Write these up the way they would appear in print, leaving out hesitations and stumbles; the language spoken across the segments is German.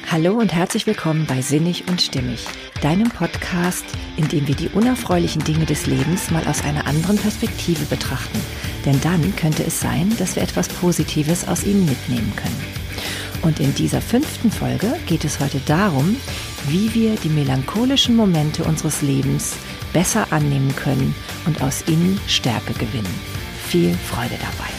Hallo und herzlich willkommen bei Sinnig und Stimmig, deinem Podcast, in dem wir die unerfreulichen Dinge des Lebens mal aus einer anderen Perspektive betrachten. Denn dann könnte es sein, dass wir etwas Positives aus ihnen mitnehmen können. Und in dieser 5. Folge geht es heute darum, wie wir die melancholischen Momente unseres Lebens besser annehmen können und aus ihnen Stärke gewinnen. Viel Freude dabei.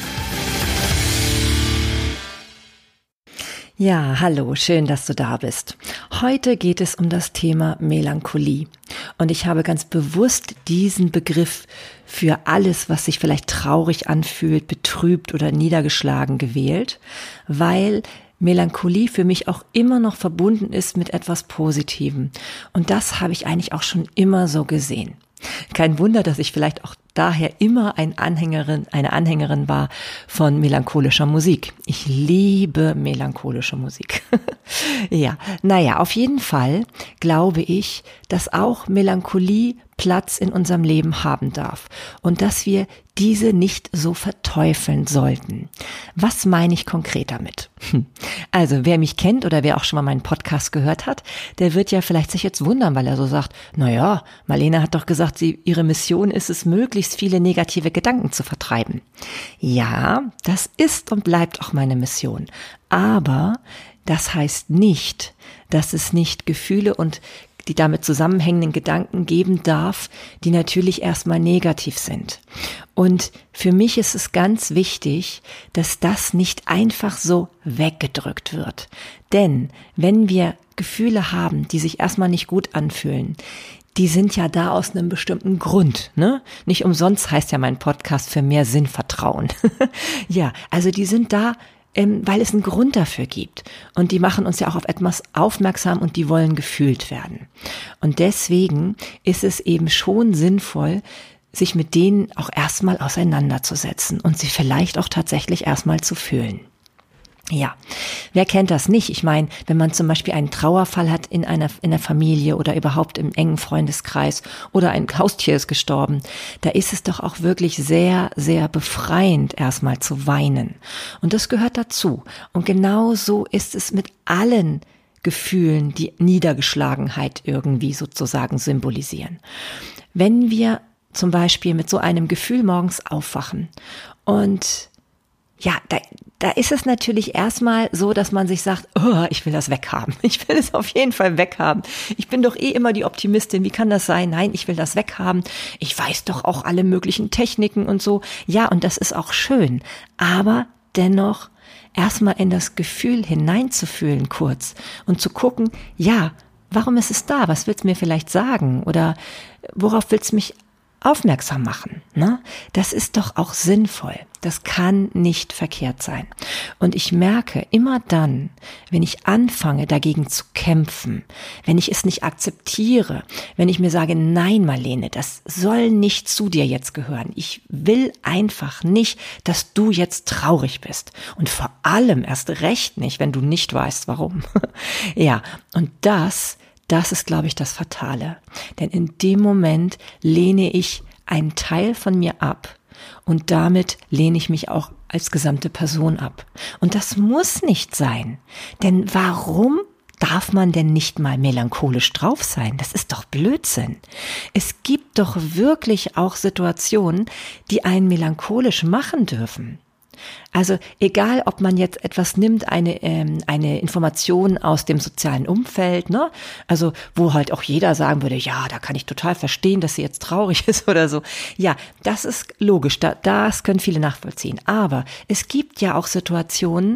Ja, hallo, schön, dass du da bist. Heute geht es um das Thema Melancholie. Und ich habe ganz bewusst diesen Begriff für alles, was sich vielleicht traurig anfühlt, betrübt oder niedergeschlagen gewählt, weil Melancholie für mich auch immer noch verbunden ist mit etwas Positivem. Und das habe ich eigentlich auch schon immer so gesehen. Kein Wunder, dass ich vielleicht auch daher immer eine Anhängerin war von melancholischer Musik. Ich liebe melancholische Musik. Ja, auf jeden Fall glaube ich, dass auch Melancholie Platz in unserem Leben haben darf und dass wir diese nicht so verteufeln sollten. Was meine ich konkret damit? Also, wer mich kennt oder wer auch schon mal meinen Podcast gehört hat, der wird ja vielleicht sich jetzt wundern, weil er so sagt, naja, Marlene hat doch gesagt, ihre Mission ist es, möglichst viele negative Gedanken zu vertreiben. Ja, das ist und bleibt auch meine Mission. Aber das heißt nicht, dass es nicht Gefühle und die damit zusammenhängenden Gedanken geben darf, die natürlich erstmal negativ sind. Und für mich ist es ganz wichtig, dass das nicht einfach so weggedrückt wird. Denn wenn wir Gefühle haben, die sich erstmal nicht gut anfühlen, die sind ja da aus einem bestimmten Grund, ne? Nicht umsonst heißt ja mein Podcast für mehr Sinnvertrauen. Ja, also die sind da, weil es einen Grund dafür gibt. Und die machen uns ja auch auf etwas aufmerksam und die wollen gefühlt werden. Und deswegen ist es eben schon sinnvoll, sich mit denen auch erstmal auseinanderzusetzen und sie vielleicht auch tatsächlich erstmal zu fühlen. Ja, wer kennt das nicht? Ich meine, wenn man zum Beispiel einen Trauerfall hat in der Familie oder überhaupt im engen Freundeskreis oder ein Haustier ist gestorben, da ist es doch auch wirklich sehr, sehr befreiend, erstmal zu weinen. Und das gehört dazu. Und genau so ist es mit allen Gefühlen, die Niedergeschlagenheit irgendwie sozusagen symbolisieren. Wenn wir zum Beispiel mit so einem Gefühl morgens aufwachen und ja, da ist es natürlich erstmal so, dass man sich sagt, oh, ich will das weghaben. Ich will es auf jeden Fall weghaben. Ich bin doch immer die Optimistin. Wie kann das sein? Nein, ich will das weghaben. Ich weiß doch auch alle möglichen Techniken und so. Ja, und das ist auch schön. Aber dennoch erstmal in das Gefühl hineinzufühlen kurz und zu gucken, ja, warum ist es da? Was willst du mir vielleicht sagen? Oder worauf willst du mich aufmerksam machen, ne? Das ist doch auch sinnvoll. Das kann nicht verkehrt sein. Und ich merke immer dann, wenn ich anfange, dagegen zu kämpfen, wenn ich es nicht akzeptiere, wenn ich mir sage, nein, Marlene, das soll nicht zu dir jetzt gehören. Ich will einfach nicht, dass du jetzt traurig bist. Und vor allem erst recht nicht, wenn du nicht weißt, warum. Ja, und das ist, glaube ich, das Fatale. Denn in dem Moment lehne ich einen Teil von mir ab und damit lehne ich mich auch als gesamte Person ab. Und das muss nicht sein. Denn warum darf man denn nicht mal melancholisch drauf sein? Das ist doch Blödsinn. Es gibt doch wirklich auch Situationen, die einen melancholisch machen dürfen. Also egal, ob man jetzt etwas nimmt, eine Information aus dem sozialen Umfeld, ne? Also wo halt auch jeder sagen würde, ja, da kann ich total verstehen, dass sie jetzt traurig ist oder so. Ja, das ist logisch, das können viele nachvollziehen. Aber es gibt ja auch Situationen,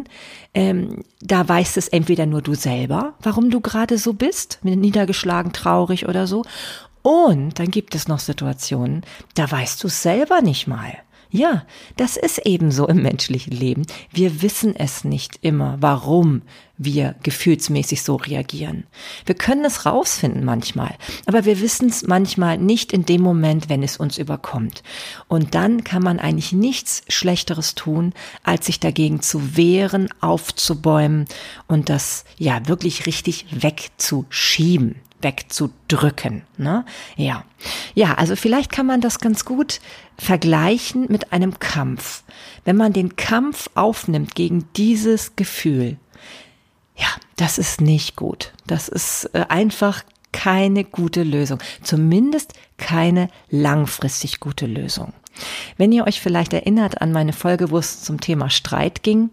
da weißt es entweder nur du selber, warum du gerade so bist, niedergeschlagen, traurig oder so. Und dann gibt es noch Situationen, da weißt du es selber nicht mal. Ja, das ist eben so im menschlichen Leben. Wir wissen es nicht immer, warum wir gefühlsmäßig so reagieren. Wir können es rausfinden manchmal, aber wir wissen es manchmal nicht in dem Moment, wenn es uns überkommt. Und dann kann man eigentlich nichts Schlechteres tun, als sich dagegen zu wehren, aufzubäumen und das ja wirklich richtig wegzuschieben. Wegzudrücken, ne? Ja, also vielleicht kann man das ganz gut vergleichen mit einem Kampf. Wenn man den Kampf aufnimmt gegen dieses Gefühl, Ja, das ist nicht gut. Das ist einfach keine gute Lösung. Zumindest keine langfristig gute Lösung. Wenn ihr euch vielleicht erinnert an meine Folge, wo es zum Thema Streit ging,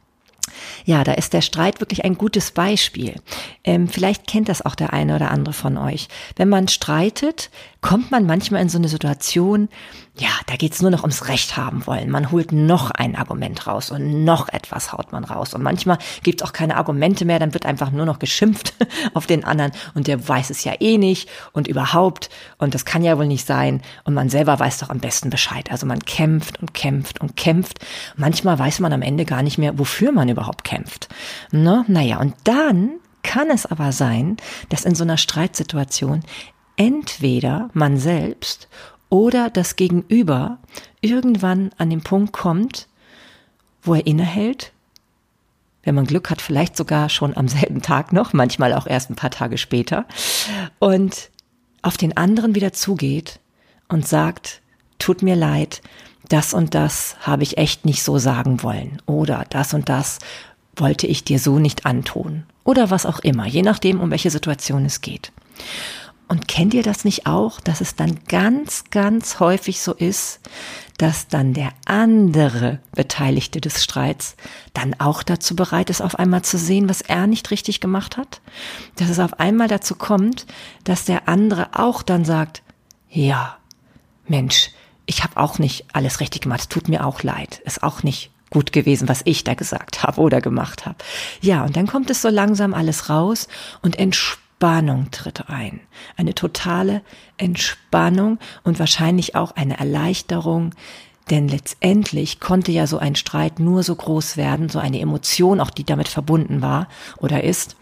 ja, da ist der Streit wirklich ein gutes Beispiel. Vielleicht kennt das auch der eine oder andere von euch. Wenn man streitet, kommt man manchmal in so eine Situation, ja, da geht's nur noch ums Recht haben wollen. Man holt noch ein Argument raus und noch etwas haut man raus. Und manchmal gibt's auch keine Argumente mehr, dann wird einfach nur noch geschimpft auf den anderen und der weiß es ja eh nicht und überhaupt und das kann ja wohl nicht sein und man selber weiß doch am besten Bescheid. Also man kämpft und kämpft und kämpft. Manchmal weiß man am Ende gar nicht mehr, wofür man überhaupt kämpft. Naja, und dann kann es aber sein, dass in so einer Streitsituation entweder man selbst oder das Gegenüber irgendwann an den Punkt kommt, wo er innehält, wenn man Glück hat, vielleicht sogar schon am selben Tag noch, manchmal auch erst ein paar Tage später, und auf den anderen wieder zugeht und sagt, tut mir leid, das und das habe ich echt nicht so sagen wollen oder das und das wollte ich dir so nicht antun oder was auch immer, je nachdem, um welche Situation es geht. Und kennt ihr das nicht auch, dass es dann ganz, ganz häufig so ist, dass dann der andere Beteiligte des Streits dann auch dazu bereit ist, auf einmal zu sehen, was er nicht richtig gemacht hat? Dass es auf einmal dazu kommt, dass der andere auch dann sagt, ja, Mensch, ich habe auch nicht alles richtig gemacht, es tut mir auch leid, ist auch nicht gut gewesen, was ich da gesagt habe oder gemacht habe. Ja, und dann kommt es so langsam alles raus und Entspannung tritt ein. Eine totale Entspannung und wahrscheinlich auch eine Erleichterung, denn letztendlich konnte ja so ein Streit nur so groß werden, so eine Emotion, auch die damit verbunden war oder ist,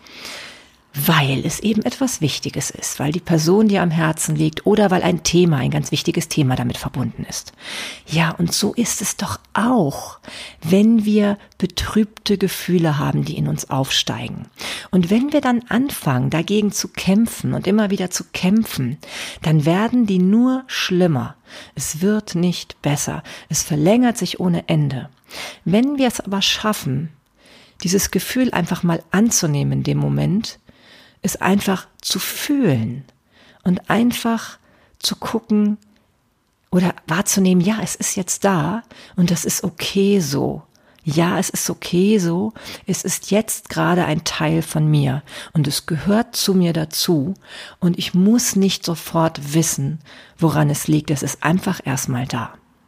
weil es eben etwas Wichtiges ist, weil die Person dir am Herzen liegt oder weil ein Thema, ein ganz wichtiges Thema damit verbunden ist. Ja, und so ist es doch auch, wenn wir betrübte Gefühle haben, die in uns aufsteigen. Und wenn wir dann anfangen, dagegen zu kämpfen und immer wieder zu kämpfen, dann werden die nur schlimmer. Es wird nicht besser. Es verlängert sich ohne Ende. Wenn wir es aber schaffen, dieses Gefühl einfach mal anzunehmen in dem Moment, es einfach zu fühlen und einfach zu gucken oder wahrzunehmen, ja, es ist jetzt da und das ist okay so. Ja, es ist okay so. Es ist jetzt gerade ein Teil von mir und es gehört zu mir dazu und ich muss nicht sofort wissen, woran es liegt. Es ist einfach erstmal da.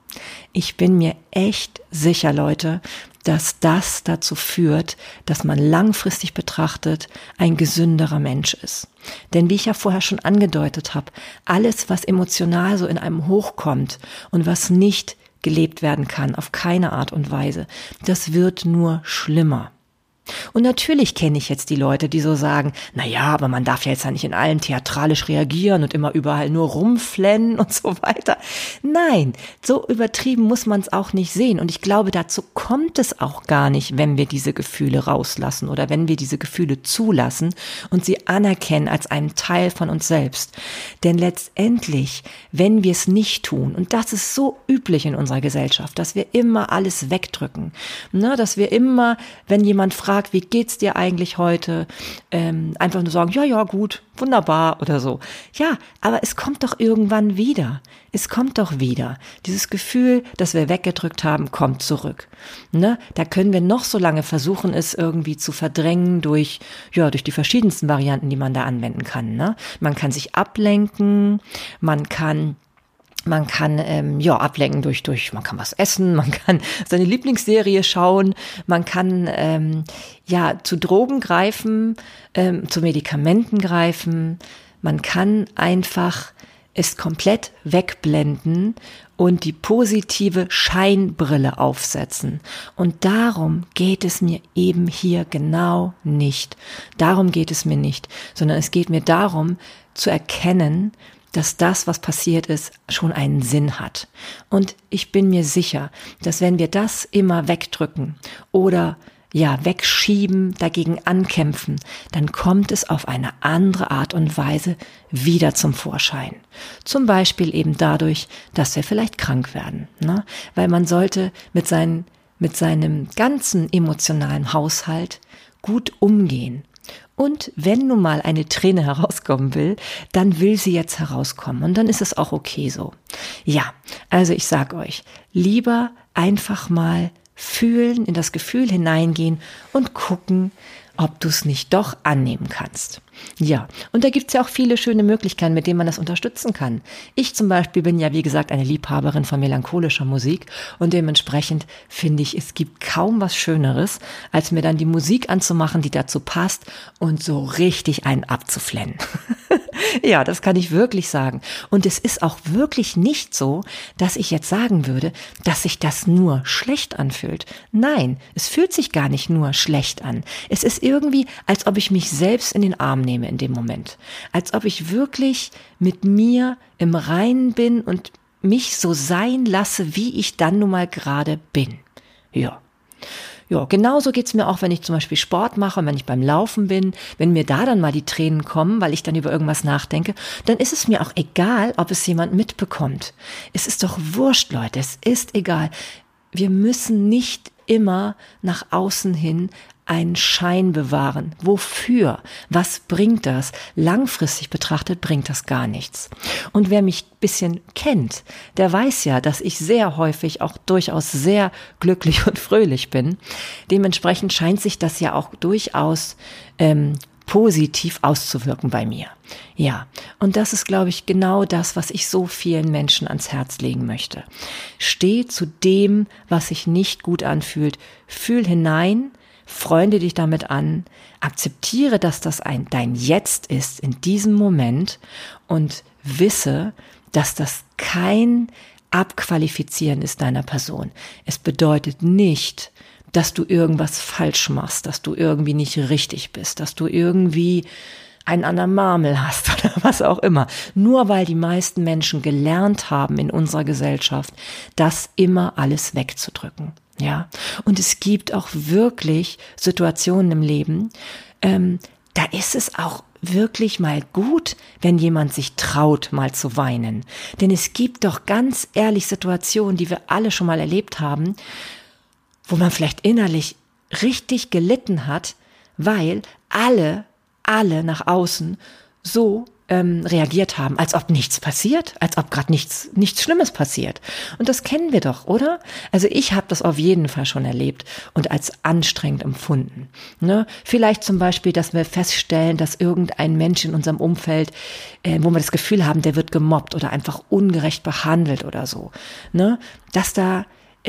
Ich bin mir echt sicher, Leute, dass das dazu führt, dass man langfristig betrachtet ein gesünderer Mensch ist. Denn wie ich ja vorher schon angedeutet habe, alles, was emotional so in einem hochkommt und was nicht gelebt werden kann, auf keine Art und Weise, das wird nur schlimmer. Und natürlich kenne ich jetzt die Leute, die so sagen, na ja, aber man darf ja jetzt ja nicht in allem theatralisch reagieren und immer überall nur rumflennen und so weiter. Nein, so übertrieben muss man es auch nicht sehen. Und ich glaube, dazu kommt es auch gar nicht, wenn wir diese Gefühle rauslassen oder wenn wir diese Gefühle zulassen und sie anerkennen als einen Teil von uns selbst. Denn letztendlich, wenn wir es nicht tun, und das ist so üblich in unserer Gesellschaft, dass wir immer alles wegdrücken, dass wir immer, wenn jemand fragt, wie geht's dir eigentlich heute? Einfach nur sagen, ja, gut, wunderbar oder so. Ja, aber es kommt doch irgendwann wieder. Es kommt doch wieder. Dieses Gefühl, das wir weggedrückt haben, kommt zurück. Da können wir noch so lange versuchen, es irgendwie zu verdrängen durch die verschiedensten Varianten, die man da anwenden kann. Man kann sich ablenken, man kann ablenken durch, man kann was essen, man kann seine Lieblingsserie schauen, man kann zu Drogen greifen, zu Medikamenten greifen, man kann einfach es komplett wegblenden und die positive Scheinbrille aufsetzen. Und darum geht es mir eben hier genau nicht. Darum geht es mir nicht, sondern es geht mir darum zu erkennen, dass das, was passiert ist, schon einen Sinn hat. Und ich bin mir sicher, dass wenn wir das immer wegdrücken oder wegschieben, dagegen ankämpfen, dann kommt es auf eine andere Art und Weise wieder zum Vorschein. Zum Beispiel eben dadurch, dass wir vielleicht krank werden, Weil man sollte mit seinem ganzen emotionalen Haushalt gut umgehen. Und wenn nun mal eine Träne herauskommen will, dann will sie jetzt herauskommen. Und dann ist es auch okay so. Ja, also ich sag euch, lieber einfach mal fühlen, in das Gefühl hineingehen und gucken, ob du es nicht doch annehmen kannst. Ja, und da gibt's ja auch viele schöne Möglichkeiten, mit denen man das unterstützen kann. Ich zum Beispiel bin ja, wie gesagt, eine Liebhaberin von melancholischer Musik und dementsprechend finde ich, es gibt kaum was Schöneres, als mir dann die Musik anzumachen, die dazu passt und so richtig einen abzuflennen. Ja, das kann ich wirklich sagen. Und es ist auch wirklich nicht so, dass ich jetzt sagen würde, dass sich das nur schlecht anfühlt. Nein, es fühlt sich gar nicht nur schlecht an. Es ist irgendwie, als ob ich mich selbst in den Arm nehme in dem Moment. Als ob ich wirklich mit mir im Reinen bin und mich so sein lasse, wie ich dann nun mal gerade bin. Ja. Ja, genauso geht's mir auch, wenn ich zum Beispiel Sport mache und wenn ich beim Laufen bin, wenn mir da dann mal die Tränen kommen, weil ich dann über irgendwas nachdenke, dann ist es mir auch egal, ob es jemand mitbekommt. Es ist doch wurscht, Leute, es ist egal. Wir müssen nicht immer nach außen hin einen Schein bewahren. Wofür? Was bringt das? Langfristig betrachtet bringt das gar nichts. Und wer mich ein bisschen kennt, der weiß ja, dass ich sehr häufig auch durchaus sehr glücklich und fröhlich bin. Dementsprechend scheint sich das ja auch durchaus positiv auszuwirken bei mir. Ja, und das ist, glaube ich, genau das, was ich so vielen Menschen ans Herz legen möchte. Steh zu dem, was sich nicht gut anfühlt. Fühl hinein, freunde dich damit an, akzeptiere, dass das dein Jetzt ist in diesem Moment und wisse, dass das kein Abqualifizieren ist deiner Person. Es bedeutet nicht, dass du irgendwas falsch machst, dass du irgendwie nicht richtig bist, dass du irgendwie einen anderen Marmel hast oder was auch immer. Nur weil die meisten Menschen gelernt haben in unserer Gesellschaft, das immer alles wegzudrücken. Ja, und es gibt auch wirklich Situationen im Leben, da ist es auch wirklich mal gut, wenn jemand sich traut, mal zu weinen. Denn es gibt doch ganz ehrlich Situationen, die wir alle schon mal erlebt haben, wo man vielleicht innerlich richtig gelitten hat, weil alle nach außen so reagiert haben, als ob nichts passiert, als ob gerade nichts Schlimmes passiert. Und das kennen wir doch, oder? Also ich habe das auf jeden Fall schon erlebt und als anstrengend empfunden. Ne? Vielleicht zum Beispiel, dass wir feststellen, dass irgendein Mensch in unserem Umfeld, wo wir das Gefühl haben, der wird gemobbt oder einfach ungerecht behandelt oder so, ne? Dass da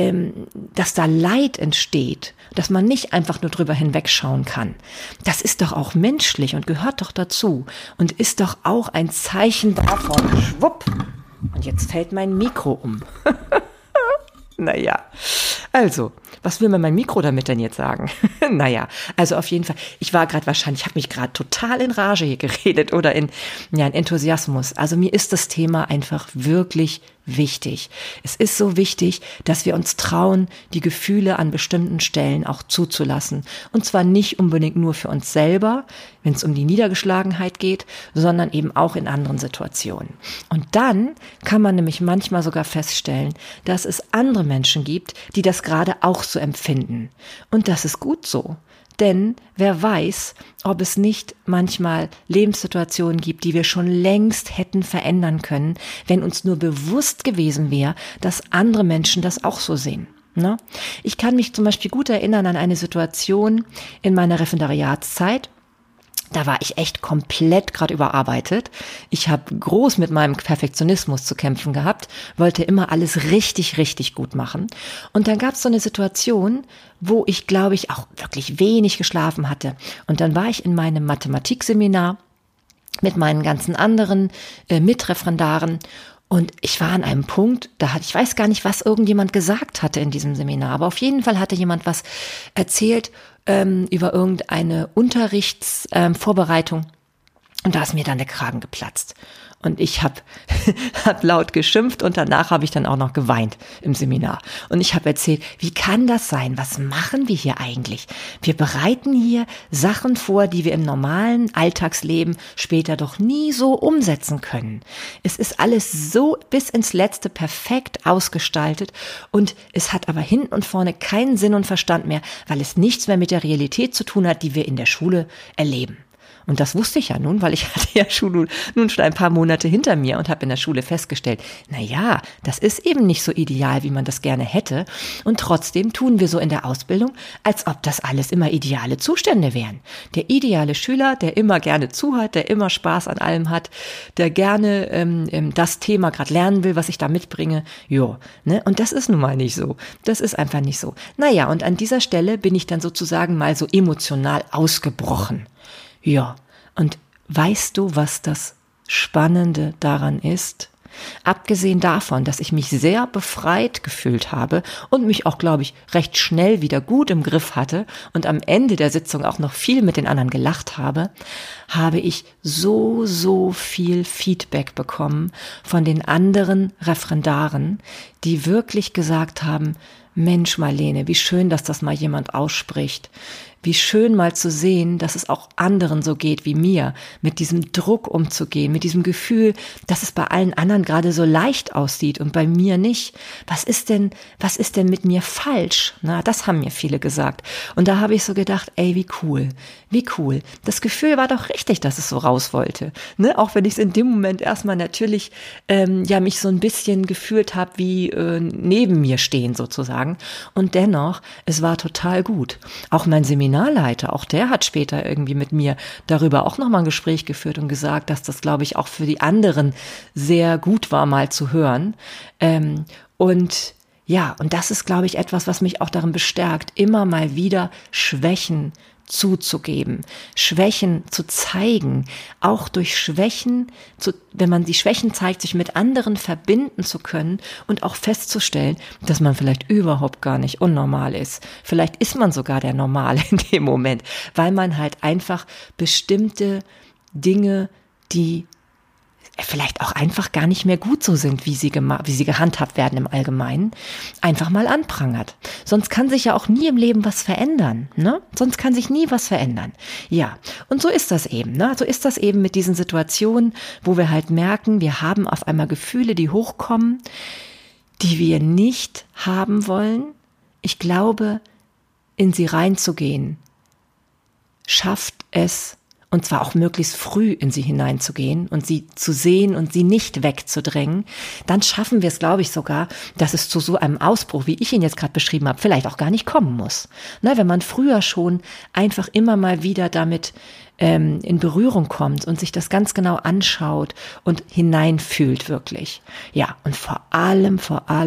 Leid entsteht, dass man nicht einfach nur drüber hinwegschauen kann. Das ist doch auch menschlich und gehört doch dazu und ist doch auch ein Zeichen davon. Schwupp! Und jetzt fällt mein Mikro um. Naja, also, was will mir mein Mikro damit denn jetzt sagen? Naja, also auf jeden Fall, ich habe mich gerade total in Rage hier geredet oder in Enthusiasmus. Also mir ist das Thema einfach wirklich wichtig. Es ist so wichtig, dass wir uns trauen, die Gefühle an bestimmten Stellen auch zuzulassen. Und zwar nicht unbedingt nur für uns selber, wenn es um die Niedergeschlagenheit geht, sondern eben auch in anderen Situationen. Und dann kann man nämlich manchmal sogar feststellen, dass es andere Menschen gibt, die das gerade auch so empfinden. Und das ist gut so. Denn wer weiß, ob es nicht manchmal Lebenssituationen gibt, die wir schon längst hätten verändern können, wenn uns nur bewusst gewesen wäre, dass andere Menschen das auch so sehen. Ne? Ich kann mich zum Beispiel gut erinnern an eine Situation in meiner Referendariatszeit. Da war ich echt komplett gerade überarbeitet. Ich habe groß mit meinem Perfektionismus zu kämpfen gehabt, wollte immer alles richtig, richtig gut machen. Und dann gab es so eine Situation, wo ich, glaube ich, auch wirklich wenig geschlafen hatte. Und dann war ich in meinem Mathematikseminar mit meinen ganzen anderen Mitreferendaren. Und ich war an einem Punkt, ich weiß gar nicht, was irgendjemand gesagt hatte in diesem Seminar, aber auf jeden Fall hatte jemand was erzählt über irgendeine Unterrichtsvorbereitung. Und da ist mir dann der Kragen geplatzt. Und ich hab laut geschimpft und danach habe ich dann auch noch geweint im Seminar. Und ich habe erzählt, wie kann das sein? Was machen wir hier eigentlich? Wir bereiten hier Sachen vor, die wir im normalen Alltagsleben später doch nie so umsetzen können. Es ist alles so bis ins Letzte perfekt ausgestaltet und es hat aber hinten und vorne keinen Sinn und Verstand mehr, weil es nichts mehr mit der Realität zu tun hat, die wir in der Schule erleben. Und das wusste ich ja nun, weil ich hatte ja schon nun schon ein paar Monate hinter mir und habe in der Schule festgestellt, na ja, das ist eben nicht so ideal, wie man das gerne hätte. Und trotzdem tun wir so in der Ausbildung, als ob das alles immer ideale Zustände wären. Der ideale Schüler, der immer gerne zuhört, der immer Spaß an allem hat, der gerne das Thema gerade lernen will, was ich da mitbringe. Jo, ne? Und das ist nun mal nicht so. Das ist einfach nicht so. Naja, und an dieser Stelle bin ich dann sozusagen mal so emotional ausgebrochen. Ja, und weißt du, was das Spannende daran ist? Abgesehen davon, dass ich mich sehr befreit gefühlt habe und mich auch, glaube ich, recht schnell wieder gut im Griff hatte und am Ende der Sitzung auch noch viel mit den anderen gelacht habe, habe ich so viel Feedback bekommen von den anderen Referendaren, die wirklich gesagt haben, Mensch, Marlene, wie schön, dass das mal jemand ausspricht. Wie schön mal zu sehen, dass es auch anderen so geht wie mir, mit diesem Druck umzugehen, mit diesem Gefühl, dass es bei allen anderen gerade so leicht aussieht und bei mir nicht. Was ist denn mit mir falsch? Na, das haben mir viele gesagt. Und da habe ich so gedacht, ey, wie cool. Das Gefühl war doch richtig, dass es so raus wollte. Ne? Auch wenn ich es in dem Moment erstmal natürlich mich so ein bisschen gefühlt habe, wie neben mir stehen sozusagen. Und dennoch, es war total gut. Auch mein Seminarleiter, auch der hat später irgendwie mit mir darüber auch nochmal ein Gespräch geführt und gesagt, dass das, glaube ich, auch für die anderen sehr gut war, mal zu hören. Und das ist, glaube ich, etwas, was mich auch darin bestärkt, immer mal wieder Schwächen zuzugeben, Schwächen zu zeigen, auch durch Schwächen, wenn man die Schwächen zeigt, sich mit anderen verbinden zu können und auch festzustellen, dass man vielleicht überhaupt gar nicht unnormal ist. Vielleicht ist man sogar der Normale in dem Moment, weil man halt einfach bestimmte Dinge, die vielleicht auch einfach gar nicht mehr gut so sind, wie sie gehandhabt werden im Allgemeinen, einfach mal anprangert. Sonst kann sich ja auch nie im Leben was verändern, ne? Sonst kann sich nie was verändern. Ja, und so ist das eben, ne? So ist das eben mit diesen Situationen, wo wir halt merken, wir haben auf einmal Gefühle, die hochkommen, die wir nicht haben wollen. Ich glaube, in sie reinzugehen, schafft es, und zwar auch möglichst früh in sie hineinzugehen und sie zu sehen und sie nicht wegzudrängen, dann schaffen wir es, glaube ich, sogar, dass es zu so einem Ausbruch, wie ich ihn jetzt gerade beschrieben habe, vielleicht auch gar nicht kommen muss. Ne, wenn man früher schon einfach immer mal wieder damit in Berührung kommt und sich das ganz genau anschaut und hineinfühlt wirklich. Ja, und vor allem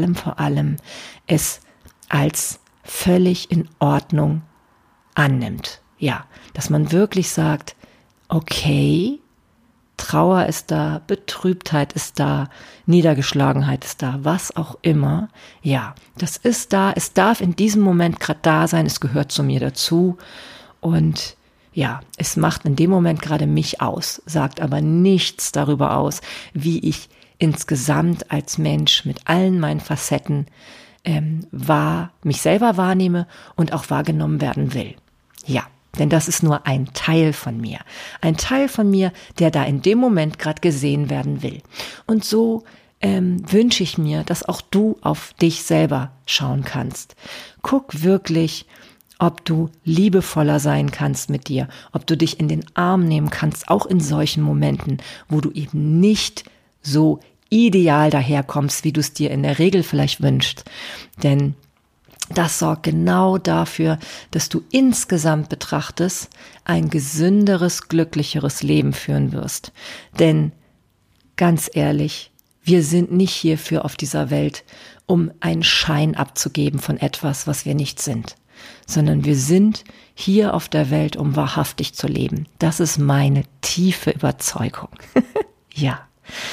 es als völlig in Ordnung annimmt. Ja, dass man wirklich sagt, okay, Trauer ist da, Betrübtheit ist da, Niedergeschlagenheit ist da, was auch immer. Ja, das ist da, es darf in diesem Moment gerade da sein, es gehört zu mir dazu und ja, es macht in dem Moment gerade mich aus, sagt aber nichts darüber aus, wie ich insgesamt als Mensch mit allen meinen Facetten mich selber wahrnehme und auch wahrgenommen werden will. Ja. Denn das ist nur ein Teil von mir. Ein Teil von mir, der da in dem Moment gerade gesehen werden will. Und so wünsche ich mir, dass auch du auf dich selber schauen kannst. Guck wirklich, ob du liebevoller sein kannst mit dir, ob du dich in den Arm nehmen kannst, auch in solchen Momenten, wo du eben nicht so ideal daherkommst, wie du es dir in der Regel vielleicht wünschst. Denn das sorgt genau dafür, dass du insgesamt betrachtest ein gesünderes, glücklicheres Leben führen wirst. Denn ganz ehrlich, wir sind nicht hierfür auf dieser Welt, um einen Schein abzugeben von etwas, was wir nicht sind, sondern wir sind hier auf der Welt, um wahrhaftig zu leben. Das ist meine tiefe Überzeugung. Ja,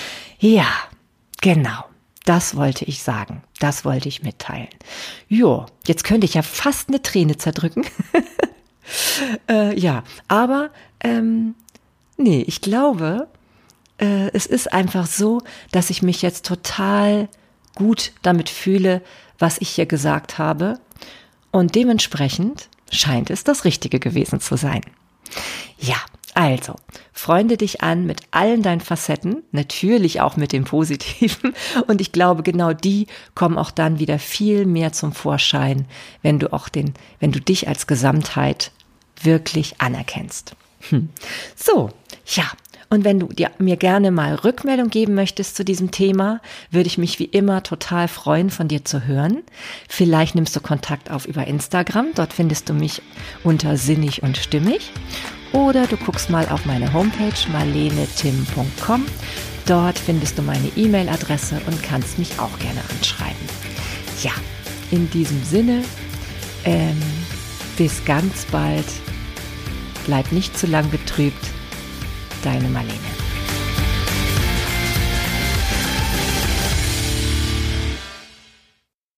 genau. Das wollte ich sagen. Das wollte ich mitteilen. Jo, jetzt könnte ich ja fast eine Träne zerdrücken. Aber Nee, ich glaube, es ist einfach so, dass ich mich jetzt total gut damit fühle, was ich hier gesagt habe. Und dementsprechend scheint es das Richtige gewesen zu sein. Ja, also, freunde dich an mit allen deinen Facetten, natürlich auch mit dem Positiven. Und ich glaube, genau die kommen auch dann wieder viel mehr zum Vorschein, wenn du dich als Gesamtheit wirklich anerkennst. So, ja. Und wenn du mir gerne mal Rückmeldung geben möchtest zu diesem Thema, würde ich mich wie immer total freuen, von dir zu hören. Vielleicht nimmst du Kontakt auf über Instagram, dort findest du mich unter sinnig und stimmig. Oder du guckst mal auf meine Homepage marlenetim.com. Dort findest du meine E-Mail-Adresse und kannst mich auch gerne anschreiben. Ja, in diesem Sinne, bis ganz bald. Bleib nicht zu lang betrübt. Deine Marlene.